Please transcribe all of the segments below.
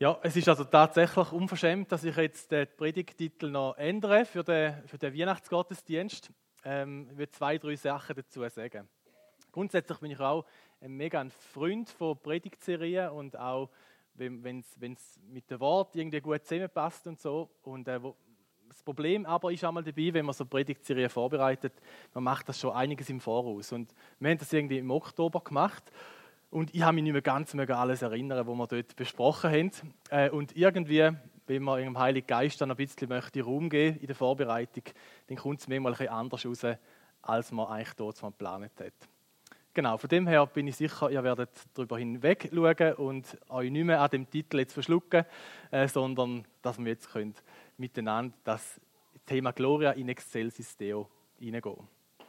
Ja, es ist also tatsächlich unverschämt, dass ich jetzt den Predigttitel noch ändere für den Weihnachtsgottesdienst. Ich will 2, 3 Sachen dazu sagen. Grundsätzlich bin ich auch ein Freund von Predigtserien und auch, wenn es mit dem Wort irgendwie gut zusammenpasst und so. Und das Problem aber ist einmal dabei, wenn man so Predigtserien vorbereitet, man macht das schon einiges im Voraus. Und wir haben das irgendwie im Oktober gemacht. Und ich habe mich nicht mehr ganz alles erinnern, was wir dort besprochen haben. Und irgendwie, wenn man dem Heiligen Geist dann ein bisschen möchte Raum geben in der Vorbereitung, dann kommt es manchmal ein bisschen anders raus, als man eigentlich dort mal geplant hat. Genau, von dem her bin ich sicher, ihr werdet darüber hinweg schauen und euch nicht mehr an dem Titel jetzt verschlucken, sondern dass wir jetzt miteinander das Thema Gloria in excelsis Deo hineingehen.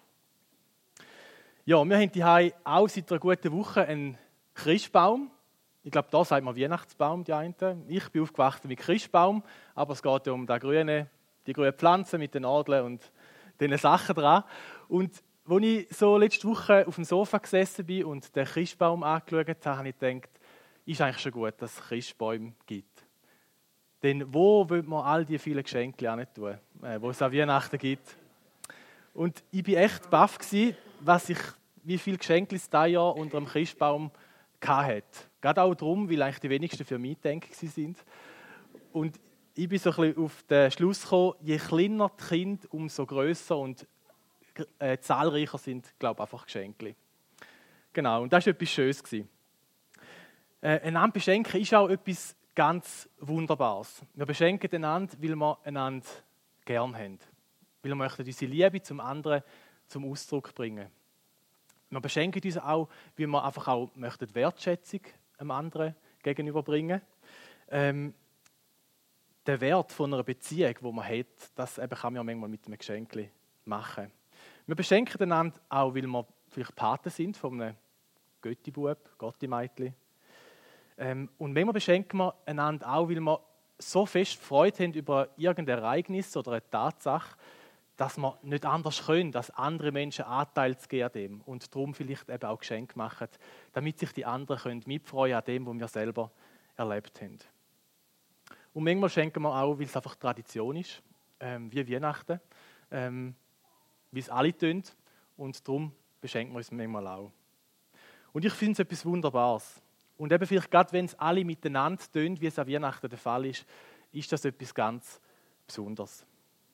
Ja, wir haben hier auch seit einer guten Woche einen Christbaum. Ich glaube, da sagt man Weihnachtsbaum, die einen. Ich bin aufgewachsen mit Christbaum, aber es geht ja um die grüne Pflanze mit den Nadeln und diesen Sachen dran. Und als ich so letzte Woche auf dem Sofa gesessen bin und den Christbaum angeschaut habe, habe ich gedacht, ist eigentlich schon gut, dass es Christbäume gibt. Denn wo will man all die vielen Geschenke auch nicht tun, die es an Weihnachten gibt? Und ich war echt baff, wie viele Geschenke es dieses Jahr unter dem Christbaum hatte. Gerade auch darum, weil eigentlich die wenigsten für mich gedacht waren. Und ich bin so ein bisschen auf den Schluss gekommen, je kleiner die Kinder, umso grösser und zahlreicher sind, glaube ich, einfach Geschenke. Genau, und das war etwas Schönes. Einander beschenken ist auch etwas ganz Wunderbares. Wir beschenken einander, weil wir einander gern haben. Weil wir möchten unsere Liebe zum anderen zum Ausdruck bringen. Wir beschenken uns auch, weil wir einfach auch möchten Wertschätzung dem anderen gegenüberbringen. Den Wert von einer Beziehung, die man hat, das eben kann man manchmal mit einem Geschenk machen. Wir beschenken einander auch, weil wir vielleicht Paten sind von einem Götti-Bub, Gotti-Meitli. Und manchmal beschenken wir einander auch, weil wir so fest Freude haben über irgendein Ereignis oder eine Tatsache, dass wir nicht anders können, als andere Menschen Anteil zu geben an dem und darum vielleicht eben auch Geschenke machen, damit sich die anderen mitfreuen an dem, was wir selber erlebt haben. Und manchmal schenken wir auch, weil es einfach Tradition ist, wie Weihnachten, wie es alle tun und darum beschenken wir uns manchmal auch. Und ich finde es etwas Wunderbares. Und eben vielleicht gerade, wenn es alle miteinander tun, wie es an Weihnachten der Fall ist das etwas ganz Besonderes.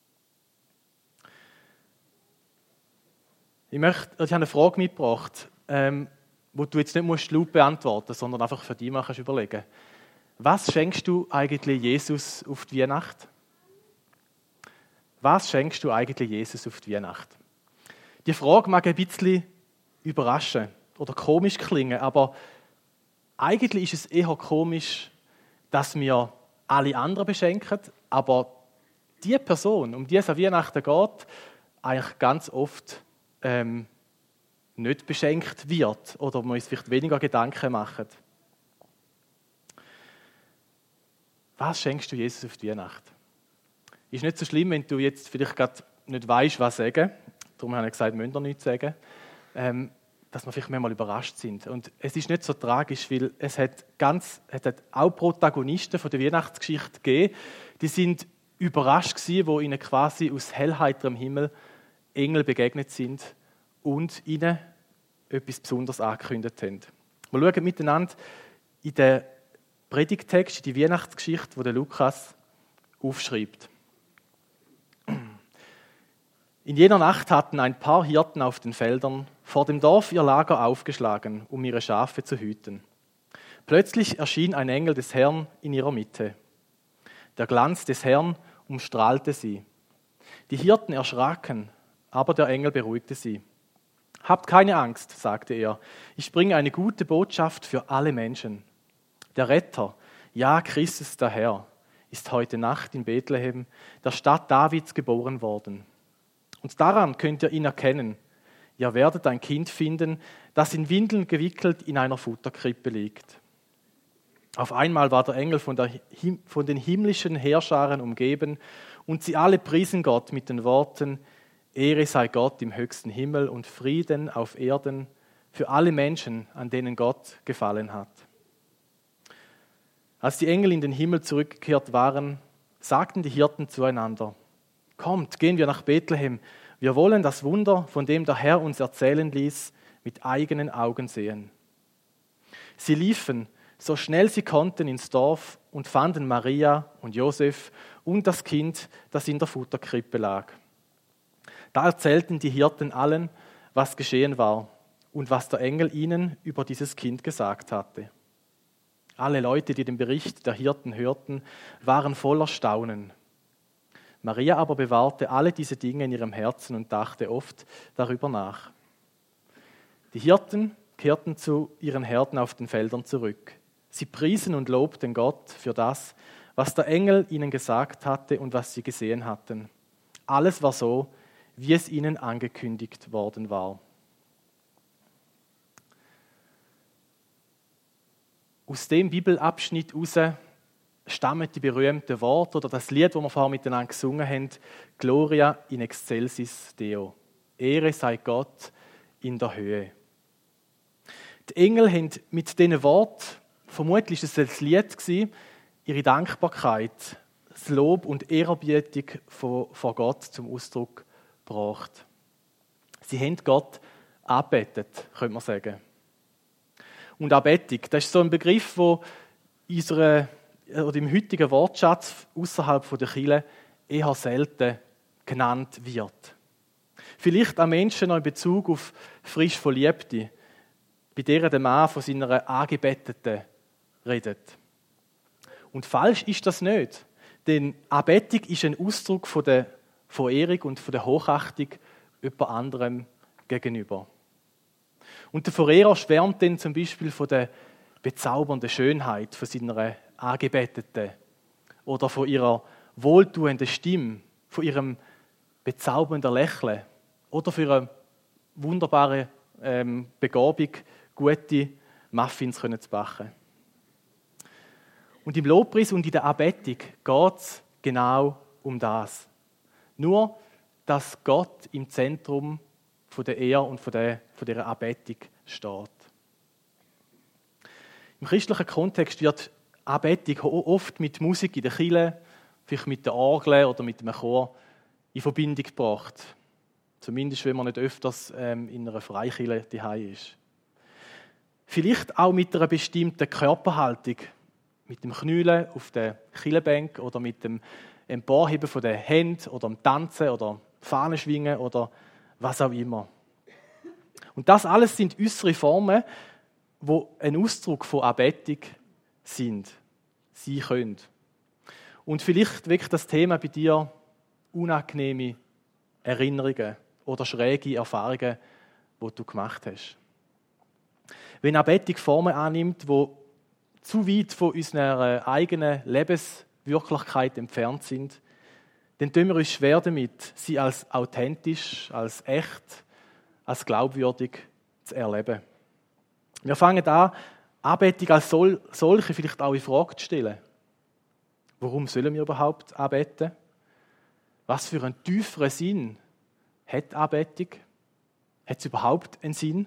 Ich habe eine Frage mitgebracht, die du jetzt nicht laut beantworten musst, sondern einfach für dich mal überlegen. Was schenkst du eigentlich Jesus auf die Weihnacht? Was schenkst du eigentlich Jesus auf die Weihnacht? Die Frage mag ein bisschen überraschen oder komisch klingen, aber eigentlich ist es eher komisch, dass wir alle anderen beschenken, aber die Person, um die es an Weihnachten geht, eigentlich ganz oft nicht beschenkt wird oder man uns vielleicht weniger Gedanken machen. Was schenkst du Jesus auf die Weihnacht? Ist nicht so schlimm, wenn du jetzt vielleicht gerade nicht weißt, was sagen. Darum habe ich gesagt, müsst ihr nichts sagen. Dass wir vielleicht manchmal überrascht sind. Und es ist nicht so tragisch, weil es hat auch Protagonisten von der Weihnachtsgeschichte gegeben, die sind überrascht gewesen, wo ihnen quasi aus hellheiterem Himmel Engel begegnet sind und ihnen etwas Besonderes angekündigt haben. Wir schauen miteinander in den Predigttext, in die Weihnachtsgeschichte, die der Lukas aufschreibt. In jener Nacht hatten ein paar Hirten auf den Feldern vor dem Dorf ihr Lager aufgeschlagen, um ihre Schafe zu hüten. Plötzlich erschien ein Engel des Herrn in ihrer Mitte. Der Glanz des Herrn umstrahlte sie. Die Hirten erschraken, aber der Engel beruhigte sie. Habt keine Angst, sagte er. Ich bringe eine gute Botschaft für alle Menschen. Der Retter, ja Christus der Herr, ist heute Nacht in Bethlehem, der Stadt Davids, geboren worden. Und daran könnt ihr ihn erkennen. Ihr werdet ein Kind finden, das in Windeln gewickelt in einer Futterkrippe liegt. Auf einmal war der Engel von den himmlischen Heerscharen umgeben und sie alle priesen Gott mit den Worten: Ehre sei Gott im höchsten Himmel und Frieden auf Erden für alle Menschen, an denen Gott gefallen hat. Als die Engel in den Himmel zurückgekehrt waren, sagten die Hirten zueinander: Kommt, gehen wir nach Bethlehem. Wir wollen das Wunder, von dem der Herr uns erzählen ließ, mit eigenen Augen sehen. Sie liefen, so schnell sie konnten, ins Dorf und fanden Maria und Josef und das Kind, das in der Futterkrippe lag. Da erzählten die Hirten allen, was geschehen war und was der Engel ihnen über dieses Kind gesagt hatte. Alle Leute, die den Bericht der Hirten hörten, waren voller Staunen. Maria aber bewahrte alle diese Dinge in ihrem Herzen und dachte oft darüber nach. Die Hirten kehrten zu ihren Herden auf den Feldern zurück. Sie priesen und lobten Gott für das, was der Engel ihnen gesagt hatte und was sie gesehen hatten. Alles war so, wie es ihnen angekündigt worden war. Aus dem Bibelabschnitt heraus stammen die berühmten Worte oder das Lied, das wir vorher miteinander gesungen haben: Gloria in excelsis Deo. Ehre sei Gott in der Höhe. Die Engel haben mit diesen Worten, vermutlich war es ein Lied, ihre Dankbarkeit, das Lob und Ehrerbietung vor Gott zum Ausdruck gebracht. Sie haben Gott angebetet, könnte man sagen. Und Anbetung, das ist so ein Begriff, der im heutigen Wortschatz außerhalb der Kirche eher selten genannt wird. Vielleicht an Menschen noch in Bezug auf frisch Verliebte, bei denen der Mann von seiner Angebeteten redet. Und falsch ist das nicht, denn Anbetung ist ein Ausdruck von der Verehrung und von der Hochachtung jemand anderem gegenüber. Und der Verehrer schwärmt dann zum Beispiel von der bezaubernden Schönheit von seiner Angebeteten oder von ihrer wohltuenden Stimme, von ihrem bezaubernden Lächeln oder von ihrer wunderbaren Begabung, gute Muffins zu backen. Und im Lobpreis und in der Anbetung geht es genau um das. Nur, dass Gott im Zentrum von der Ehre und von dieser Anbetung steht. Im christlichen Kontext wird Anbetung oft mit Musik in der Kirche, vielleicht mit der Orgel oder mit einem Chor in Verbindung gebracht. Zumindest, wenn man nicht öfters in einer Freikirche daheim ist. Vielleicht auch mit einer bestimmten Körperhaltung, mit dem Knäulen auf der Kirchenbank oder mit dem Emporheben von den Händen oder dem Tanzen oder Fahnenschwingen oder was auch immer. Und das alles sind äußere Formen, die ein Ausdruck von Anbetung sein können. Und vielleicht weckt das Thema bei dir unangenehme Erinnerungen oder schräge Erfahrungen, die du gemacht hast. Wenn Anbetung Formen annimmt, die zu weit von unserer eigenen Lebenswirklichkeit entfernt sind, dann tun wir uns schwer damit, sie als authentisch, als echt, als glaubwürdig zu erleben. Wir fangen an, Anbetung als solche vielleicht auch in Frage zu stellen. Warum sollen wir überhaupt anbeten? Was für einen tieferen Sinn hat Anbetung? Hat es überhaupt einen Sinn?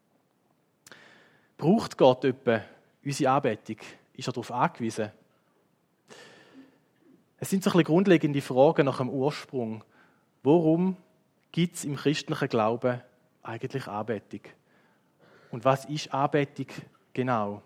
Braucht Gott etwa unsere Anbetung? Ist er darauf angewiesen? Es sind so ein bisschen grundlegende Fragen nach dem Ursprung. Warum gibt es im christlichen Glauben eigentlich Anbetung? Und was ist Anbetung genau?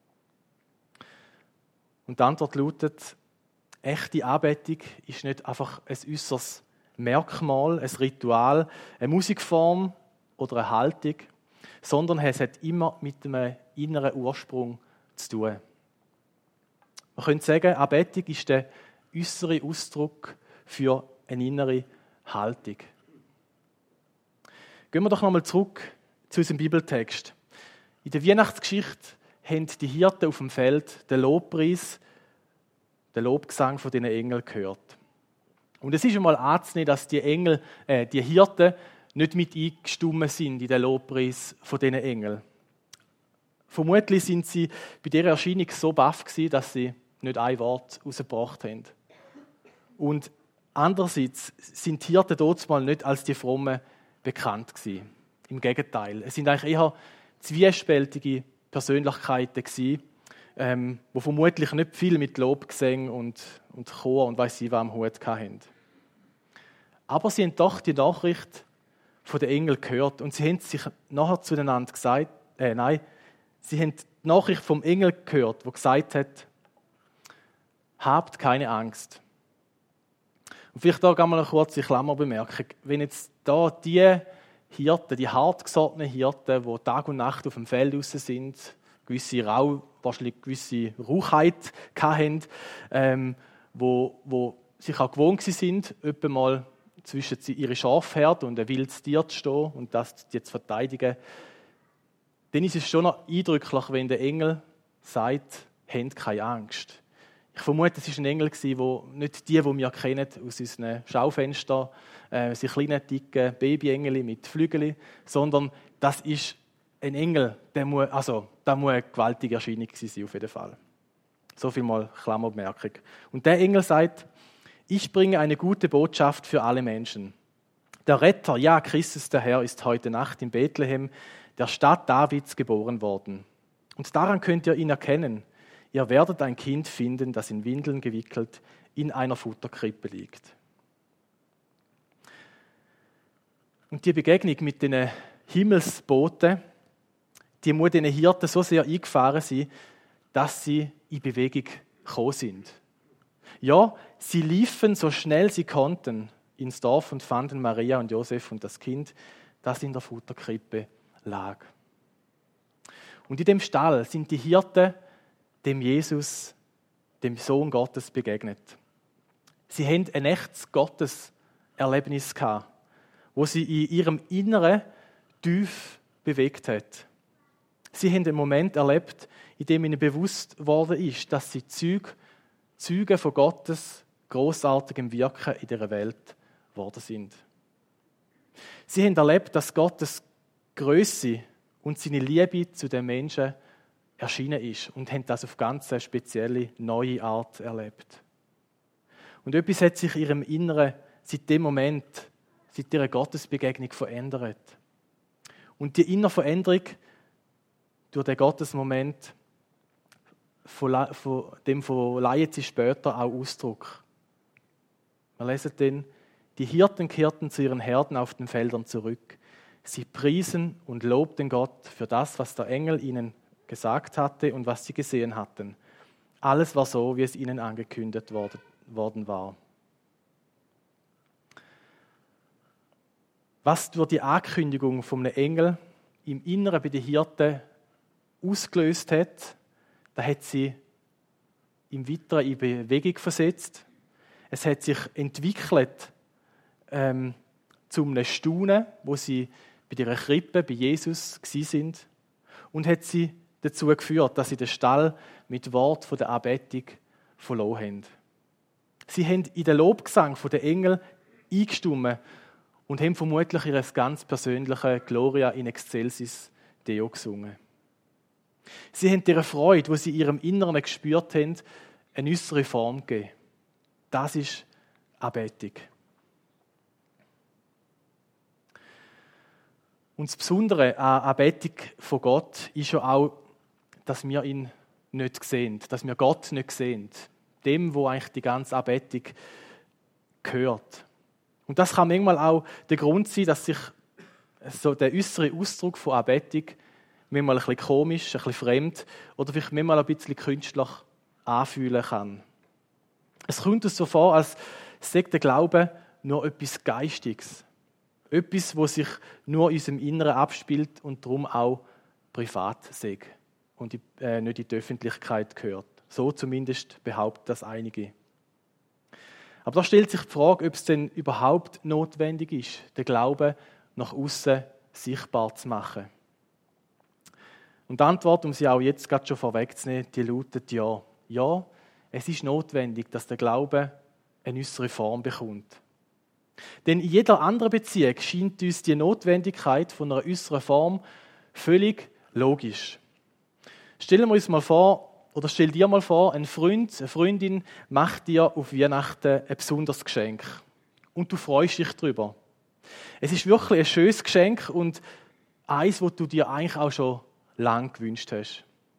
Und die Antwort lautet: Echte Anbetung ist nicht einfach ein äußeres Merkmal, ein Ritual, eine Musikform oder eine Haltung, sondern es hat immer mit einem inneren Ursprung zu tun. Man könnte sagen, Anbetung ist der äußere Ausdruck für eine innere Haltung. Gehen wir doch nochmal zurück zu unserem Bibeltext. In der Weihnachtsgeschichte haben die Hirten auf dem Feld den Lobpreis, den Lobgesang von diesen Engeln gehört. Und es ist einmal anzunehmen, dass die Hirten nicht mit eingestimmt sind in den Lobpreis von diesen Engeln. Vermutlich sind sie bei dieser Erscheinung so baff gewesen, dass sie nicht ein Wort rausgebracht haben. Und andererseits sind die Hirten dort mal nicht als die Frommen bekannt gewesen. Im Gegenteil, es sind eigentlich eher zwiespältige Persönlichkeiten gewesen, wo vermutlich nicht viel mit Lobgesang und Chor und weiss ich was am Hut hatten. Aber sie haben doch die Nachricht von den Engeln gehört und sie haben sich nachher zueinander gesagt, sie haben die Nachricht vom Engel gehört, der gesagt hat, habt keine Angst. Und vielleicht da mal eine kurze Klammerbemerkung. Wenn jetzt da die Hirten, die hartgesottenen Hirten, die Tag und Nacht auf dem Feld raus sind, wahrscheinlich gewisse Rauchheit hatten, wo sich auch gewohnt sind, etwa mal zwischen ihre Schafherde und ein wildes Tier zu stehen und das jetzt verteidigen, dann ist es schon noch eindrücklich, wenn der Engel sagt, habt keine Angst. Ich vermute, es war ein Engel, der nicht die wir kennen aus unseren Schaufenstern, diese kleinen, dicken Babyengel mit Flügeln, sondern das ist ein Engel, da muss eine gewaltige Erscheinung sein, auf jeden Fall. So viel mal Klammerbemerkung. Und der Engel sagt, ich bringe eine gute Botschaft für alle Menschen. Der Retter, ja, Christus der Herr, ist heute Nacht in Bethlehem, der Stadt Davids, geboren worden. Und daran könnt ihr ihn erkennen. Ihr werdet ein Kind finden, das in Windeln gewickelt in einer Futterkrippe liegt. Und die Begegnung mit den Himmelsboten, die muss den Hirten so sehr eingefahren sein, dass sie in Bewegung gekommen sind. Ja, sie liefen so schnell sie konnten ins Dorf und fanden Maria und Josef und das Kind, das in der Futterkrippe lag. Und in dem Stall sind die Hirten dem Jesus, dem Sohn Gottes, begegnet. Sie haben ein echtes Gotteserlebnis gehabt, wo sie in ihrem Inneren tief bewegt hat. Sie haben einen Moment erlebt, in dem ihnen bewusst worden ist, dass sie Zeugen von Gottes grossartigem Wirken in dieser Welt geworden sind. Sie haben erlebt, dass Gottes Grösse und seine Liebe zu den Menschen erschienen ist und haben das auf ganz eine spezielle, neue Art erlebt. Und etwas hat sich in ihrem Inneren seit dem Moment, seit ihrer Gottesbegegnung verändert. Und die innere Veränderung durch den Gottesmoment, von dem verleihen sie später auch Ausdruck. Wir lesen dann, die Hirten kehrten zu ihren Herden auf den Feldern zurück. Sie priesen und lobten Gott für das, was der Engel ihnen gesagt hatte und was sie gesehen hatten. Alles war so, wie es ihnen angekündigt worden war. Was durch die Ankündigung von einem Engel im Inneren bei den Hirten ausgelöst hat, da hat sie im Weiteren in Bewegung versetzt. Es hat sich entwickelt zu einem Staunen, wo sie bei ihrer Krippe bei Jesus sind, und hat sie dazu geführt, dass sie den Stall mit Wort von der Anbetung verloren haben. Sie haben in den Lobgesang der Engel eingestimmt und haben vermutlich ihr ganz persönliche Gloria in excelsis Deo gesungen. Sie haben ihre Freude, die sie in ihrem Inneren gespürt haben, eine äußere Form gegeben. Das ist Anbetung. Und das Besondere an Anbetung von Gott ist ja auch, dass wir ihn nicht sehen, dass wir Gott nicht sehen. Dem, wo eigentlich die ganze Anbetung gehört. Und das kann manchmal auch der Grund sein, dass sich so der äußere Ausdruck von Anbetung manchmal ein bisschen komisch, ein bisschen fremd oder vielleicht manchmal ein bisschen künstlich anfühlen kann. Es kommt uns so vor, als sei der Glaube nur etwas Geistiges. Etwas, was sich nur in unserem Inneren abspielt und darum auch privat sei und nicht in die Öffentlichkeit gehört. So zumindest behaupten das einige. Aber da stellt sich die Frage, ob es denn überhaupt notwendig ist, den Glauben nach außen sichtbar zu machen. Und die Antwort, um sie auch jetzt gerade schon vorwegzunehmen, die lautet ja. Ja, es ist notwendig, dass der Glaube eine äußere Form bekommt. Denn in jeder anderen Beziehung scheint uns die Notwendigkeit von einer äußeren Form völlig logisch. Stellen wir uns mal vor, oder stell dir mal vor, ein Freund, eine Freundin macht dir auf Weihnachten ein besonderes Geschenk. Und du freust dich darüber. Es ist wirklich ein schönes Geschenk und eins, das du dir eigentlich auch schon lange gewünscht hast.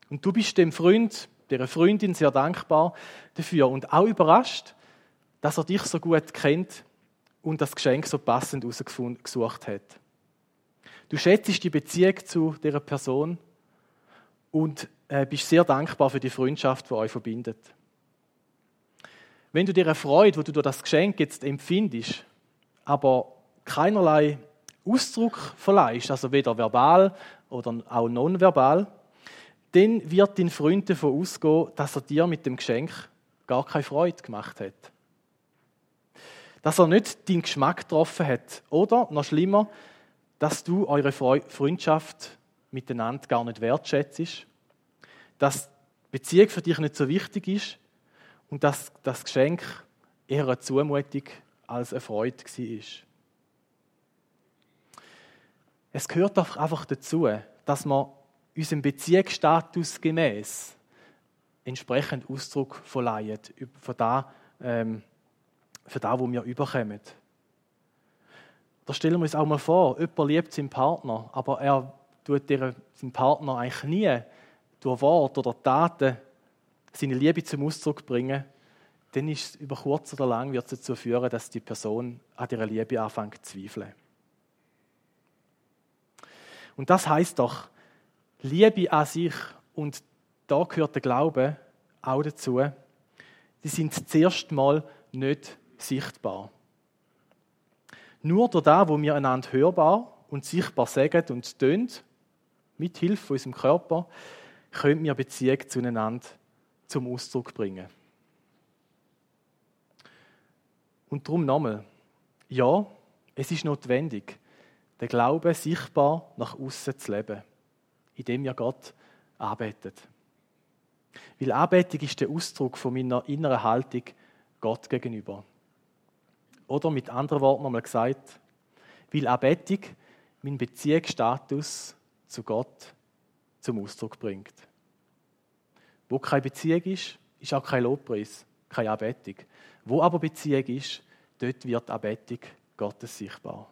Und du bist dem Freund, dieser Freundin sehr dankbar dafür und auch überrascht, dass er dich so gut kennt und das Geschenk so passend ausgesucht hat. Du schätzt die Beziehung zu dieser Person und bist sehr dankbar für die Freundschaft, die euch verbindet. Wenn du dir eine Freude, die du durch das Geschenk jetzt empfindest, aber keinerlei Ausdruck verleihst, also weder verbal oder auch nonverbal, dann wird dein Freund davon ausgehen, dass er dir mit dem Geschenk gar keine Freude gemacht hat. Dass er nicht deinen Geschmack getroffen hat. Oder, noch schlimmer, dass du eure Freundschaft miteinander gar nicht wertschätzt, dass die Beziehung für dich nicht so wichtig ist und dass das Geschenk eher eine Zumutung als eine Freude war. Es gehört doch einfach dazu, dass wir unserem Beziehungsstatus gemäß entsprechend Ausdruck verleihen für das, was wir überkommen. Da stellen wir uns auch mal vor, jemand liebt seinen Partner, aber er tut seinem Partner eigentlich nie durch Wort oder Taten seine Liebe zum Ausdruck bringen, dann ist es über kurz oder lang wird es dazu führen, dass die Person an ihrer Liebe anfängt zu zweifeln. Und das heisst doch, Liebe an sich, und da gehört der Glaube auch dazu, die sind zuerst mal nicht sichtbar. Nur durch das, wo wir einander hörbar und sichtbar sagen und tönen, mit Hilfe von unserem Körper, können wir Beziehung zueinander zum Ausdruck bringen. Und darum nochmal, ja, es ist notwendig, den Glauben sichtbar nach außen zu leben, indem wir Gott anbeten. Weil Anbetung ist der Ausdruck von meiner inneren Haltung Gott gegenüber. Oder mit anderen Worten nochmal gesagt, weil Anbetung meinen Beziehungsstatus zu Gott zum Ausdruck bringt. Wo keine Beziehung ist, ist auch kein Lobpreis, keine Anbetung. Wo aber Beziehung ist, dort wird Anbetung Gottes sichtbar.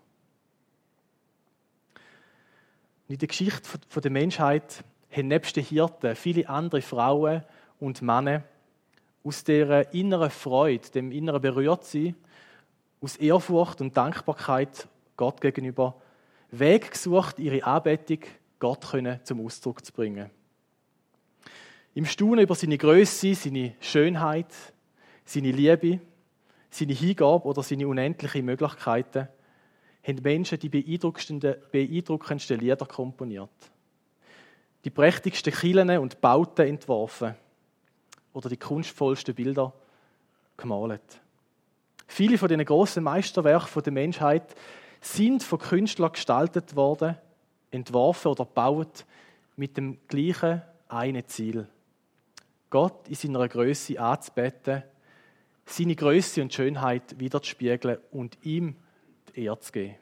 In der Geschichte der Menschheit haben nebst den Hirten viele andere Frauen und Männer aus dieser inneren Freude, dem inneren Berührtsein, aus Ehrfurcht und Dankbarkeit Gott gegenüber, Weg gesucht, ihre Anbetung Gott zum Ausdruck zu bringen. Im Staunen über seine Grösse, seine Schönheit, seine Liebe, seine Hingabe oder seine unendlichen Möglichkeiten haben Menschen die beeindruckendsten Lieder komponiert, die prächtigsten Kirchen und Bauten entworfen oder die kunstvollsten Bilder gemalt. Viele von diesen grossen Meisterwerken der Menschheit sind von Künstlern gestaltet worden, entworfen oder gebaut mit dem gleichen einen Ziel: Gott in seiner Grösse anzubeten, seine Grösse und Schönheit widerzuspiegeln und ihm die Ehre zu geben.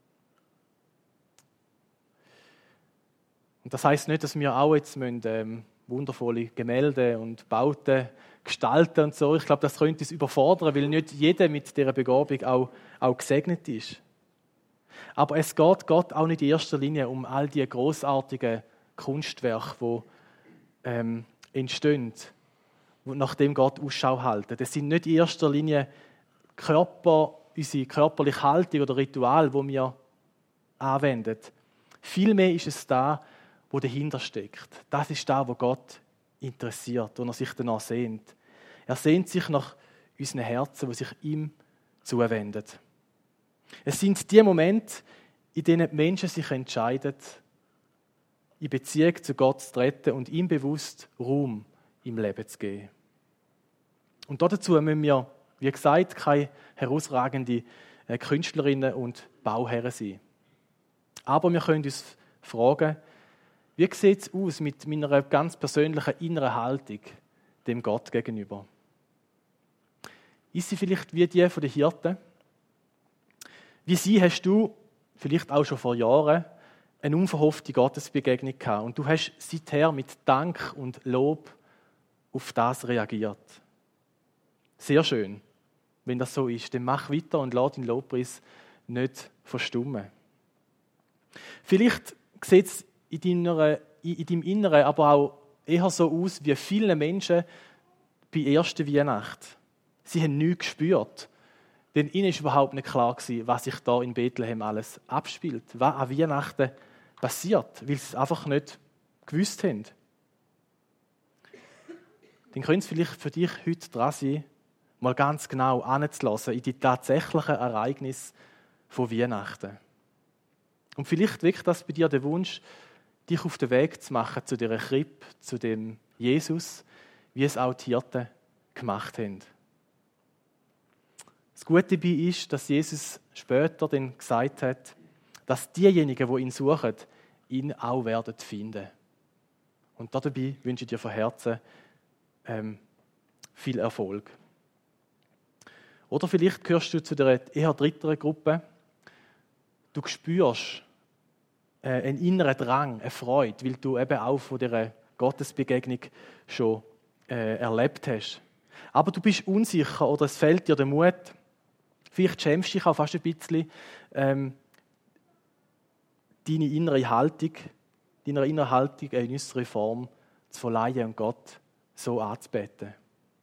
Und das heisst nicht, dass wir auch jetzt wundervolle Gemälde und Bauten gestalten und so. Ich glaube, das könnte uns überfordern, weil nicht jeder mit dieser Begabung auch gesegnet ist. Aber es geht Gott auch nicht in erster Linie um all die grossartigen Kunstwerke, die entstehen, nachdem Gott Ausschau halten. Das sind nicht in erster Linie unsere körperliche Haltung oder Ritual, die wir anwenden. Vielmehr ist es da, wo dahinter steckt. Das ist da, wo Gott interessiert, wo er sich danach sehnt. Er sehnt sich nach unseren Herzen, die sich ihm zuwenden. Es sind die Momente, in denen die Menschen sich entscheiden, in Beziehung zu Gott zu treten und ihm bewusst Raum im Leben zu geben. Und dazu müssen wir, wie gesagt, keine herausragenden Künstlerinnen und Bauherren sein. Aber wir können uns fragen, wie sieht es aus mit meiner ganz persönlichen inneren Haltung dem Gott gegenüber? Ist sie vielleicht wie die von den Hirten? Wie sie hast du vielleicht auch schon vor Jahren eine unverhoffte Gottesbegegnung gehabt und du hast seither mit Dank und Lob auf das reagiert. Sehr schön. Wenn das so ist, dann mach weiter und lass den Lobpreis nicht verstummen. Vielleicht sieht es in deinem Inneren aber auch eher so aus wie viele Menschen bei der ersten Weihnacht. Sie haben nichts gespürt. Denn ihnen war überhaupt nicht klar gewesen, was sich da in Bethlehem alles abspielt, was an Weihnachten passiert, weil sie es einfach nicht gewusst haben. Dann könnte es vielleicht für dich heute dran sein, mal ganz genau hinzulassen in die tatsächlichen Ereignisse von Weihnachten. Und vielleicht weckt das bei dir den Wunsch, dich auf den Weg zu machen zu dieser Krippe, zu dem Jesus, wie es auch die Hirten gemacht haben. Das Gute dabei ist, dass Jesus später dann gesagt hat, dass diejenigen, die ihn suchen, ihn auch werden finden. Und dabei wünsche ich dir von Herzen viel Erfolg. Oder vielleicht gehörst du zu der eher dritteren Gruppe. Du spürst einen inneren Drang, eine Freude, weil du eben auch von dieser Gottesbegegnung schon erlebt hast. Aber du bist unsicher oder es fehlt dir der Mut. Vielleicht schämst du dich auch fast ein bisschen, deiner inneren Haltung eine äußere Form zu verleihen und Gott so anzubeten.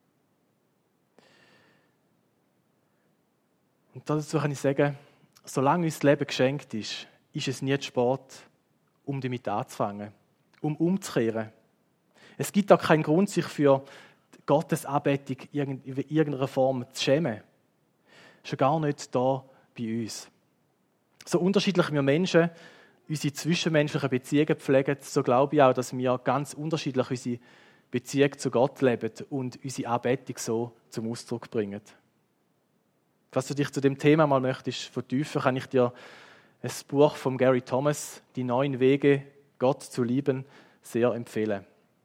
Und dazu kann ich sagen, solange uns das Leben geschenkt ist, ist es nie zu spät, um damit anzufangen, um umzukehren. Es gibt auch keinen Grund, sich für Gottes Anbetung in irgendeiner Form zu schämen. Schon gar nicht da bei uns. So unterschiedlich wir Menschen unsere zwischenmenschlichen Beziehungen pflegen, so glaube ich auch, dass wir ganz unterschiedlich unsere Beziehung zu Gott leben und unsere Anbetung so zum Ausdruck bringen. Falls du dich zu dem Thema mal möchtest vertiefen, kann ich dir ein Buch von Gary Thomas, Die 9 Wege, Gott zu lieben, sehr empfehlen.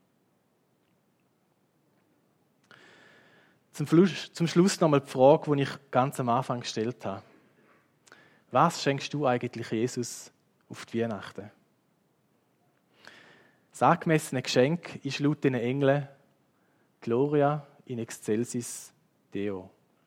Zum Schluss nochmal die Frage, die ich ganz am Anfang gestellt habe. Was schenkst du eigentlich Jesus auf die Weihnachten? Das angemessene Geschenk ist laut den Engeln Gloria in excelsis Deo.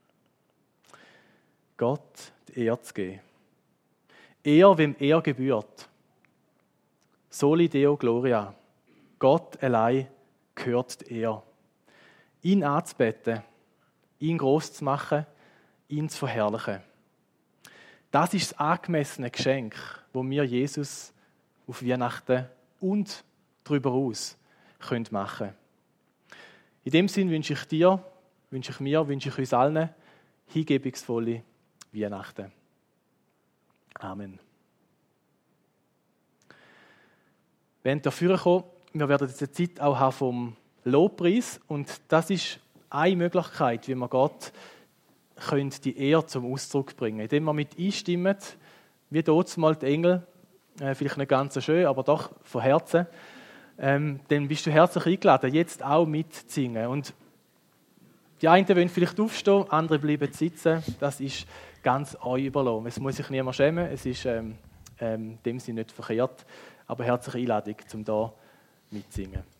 Gott die Ehre zu geben. Ehre, wem Ehre gebührt. Soli Deo Gloria. Gott allein gehört die Ehre. Ihn anzubeten, ihn gross zu machen, ihn zu verherrlichen. Das ist das angemessene Geschenk, das wir Jesus auf Weihnachten und darüber hinaus machen können. In dem Sinn wünsche ich dir, wünsche ich mir, wünsche ich uns allen hingebungsvolle Weihnachten. Amen. Wir werden dafür kommen, wir werden diese Zeit auch haben vom Lobpreis und das ist eine Möglichkeit, wie wir Gott die Ehre zum Ausdruck bringen, indem wir mit einstimmen, wie dort mal die Engel, vielleicht nicht ganz so schön, aber doch von Herzen, dann bist du herzlich eingeladen, jetzt auch mitzusingen. Und die einen wollen vielleicht aufstehen, andere bleiben sitzen, das ist ganz euch überlassen. Es muss sich niemand schämen, es ist in dem Sinne nicht verkehrt, aber herzliche Einladung, um da mitzusingen.